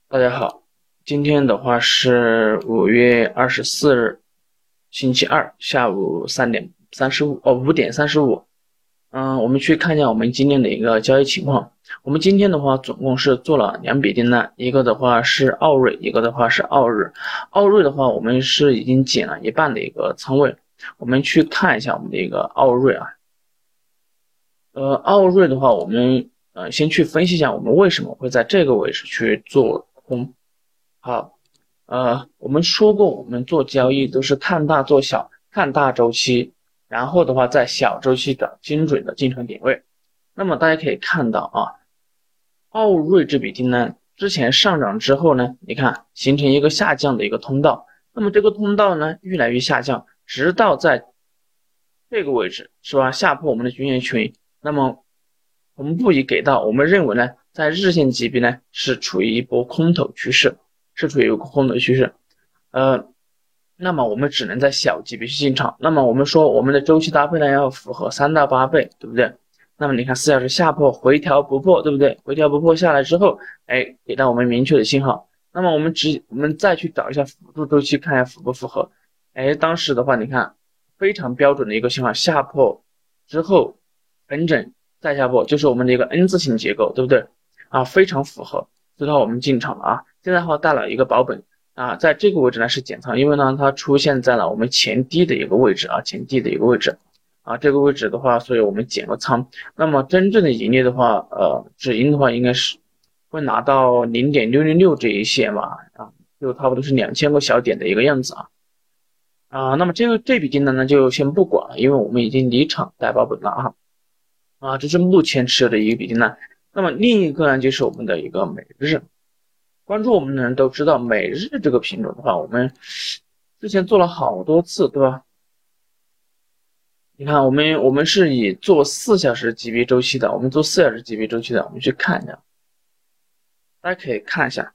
大家好，今天的话是5月24日，星期二下午5点35。我们去看一下我们今天的一个交易情况。我们今天的话总共是做了2笔订单，一个的话是奥瑞，一个的话是奥日。奥瑞的话，我们是已经减了一半的一个仓位。我们去看一下我们的一个奥瑞啊。奥瑞的话，我们先去分析一下我们为什么会在这个位置去做空。好，我们说过，我们做交易都是看大做小，看大周期，然后的话在小周期的精准的进场点位。那么大家可以看到啊，奥瑞这笔订单之前上涨之后呢，你看形成一个下降的一个通道，那么这个通道呢越来越下降，直到在这个位置是吧，下破我们的均线群，那么同步已给到，我们认为呢，在日线级别呢是处于一波空头趋势。是处于一个空头趋势，那么我们只能在小级别去进场。那么我们说我们的周期搭配呢要符合3到8倍，对不对？那么你看4小时下破回调不破，对不对？回调不破下来之后，给到我们明确的信号。那么我们再去找一下辅助周期，看一下符不符合。当时的话，你看非常标准的一个信号，下破之后横整再下破，就是我们的一个 N 字形结构，对不对？非常符合。最后我们进场了啊，现在的话带了一个保本啊，在这个位置呢是减仓，因为呢它出现在了我们前低的一个位置啊，前低的一个位置啊，这个位置的话，所以我们减个仓。那么真正的盈利的话，止盈的话应该是会拿到0.606这一线吧，就差不多是2000个小点的一个样子那么这笔订单呢就先不管了，因为我们已经离场带保本了这是目前持有的一笔订单。那么另一个呢，就是我们的一个每日，关注我们的人都知道，每日这个品种的话，我们之前做了好多次，对吧？你看，我们是以做4小时级别周期的，我们做4小时级别周期的，我们去看一下，大家可以看一下，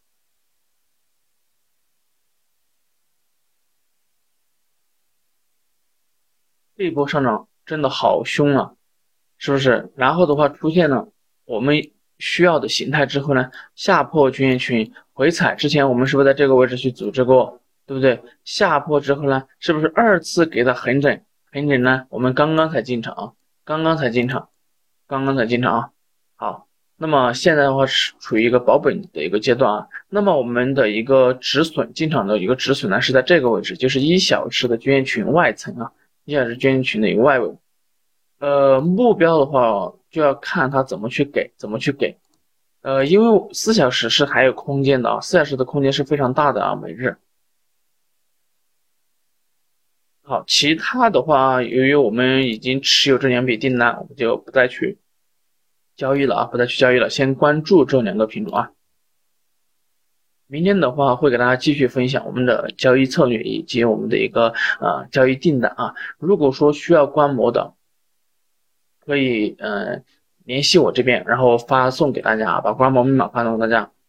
这一波上涨真的好凶啊，是不是？然后的话出现了我们需要的形态之后呢，下破均线群回踩之前，我们是不是在这个位置去组织过，对不对？下破之后呢，是不是2次给它横整？横整呢，我们刚刚才进场啊，刚刚才进场啊。好，那么现在的话是处于一个保本的一个阶段啊。那么我们的一个止损进场的一个止损呢，是在这个位置，就是1小时的均线群外层啊，1小时均线群的一个外围。目标的话就要看它怎么去给，因为4小时是还有空间的啊，4小时的空间是非常大的啊，每日。好，其他的话，由于我们已经持有这2笔订单，我们就不再去交易了啊，先关注这2个品种啊。明天的话会给大家继续分享我们的交易策略以及我们的一个交易订单啊。如果说需要观摩的，可以联系我这边，然后发送给大家把观摩密码发送给大家。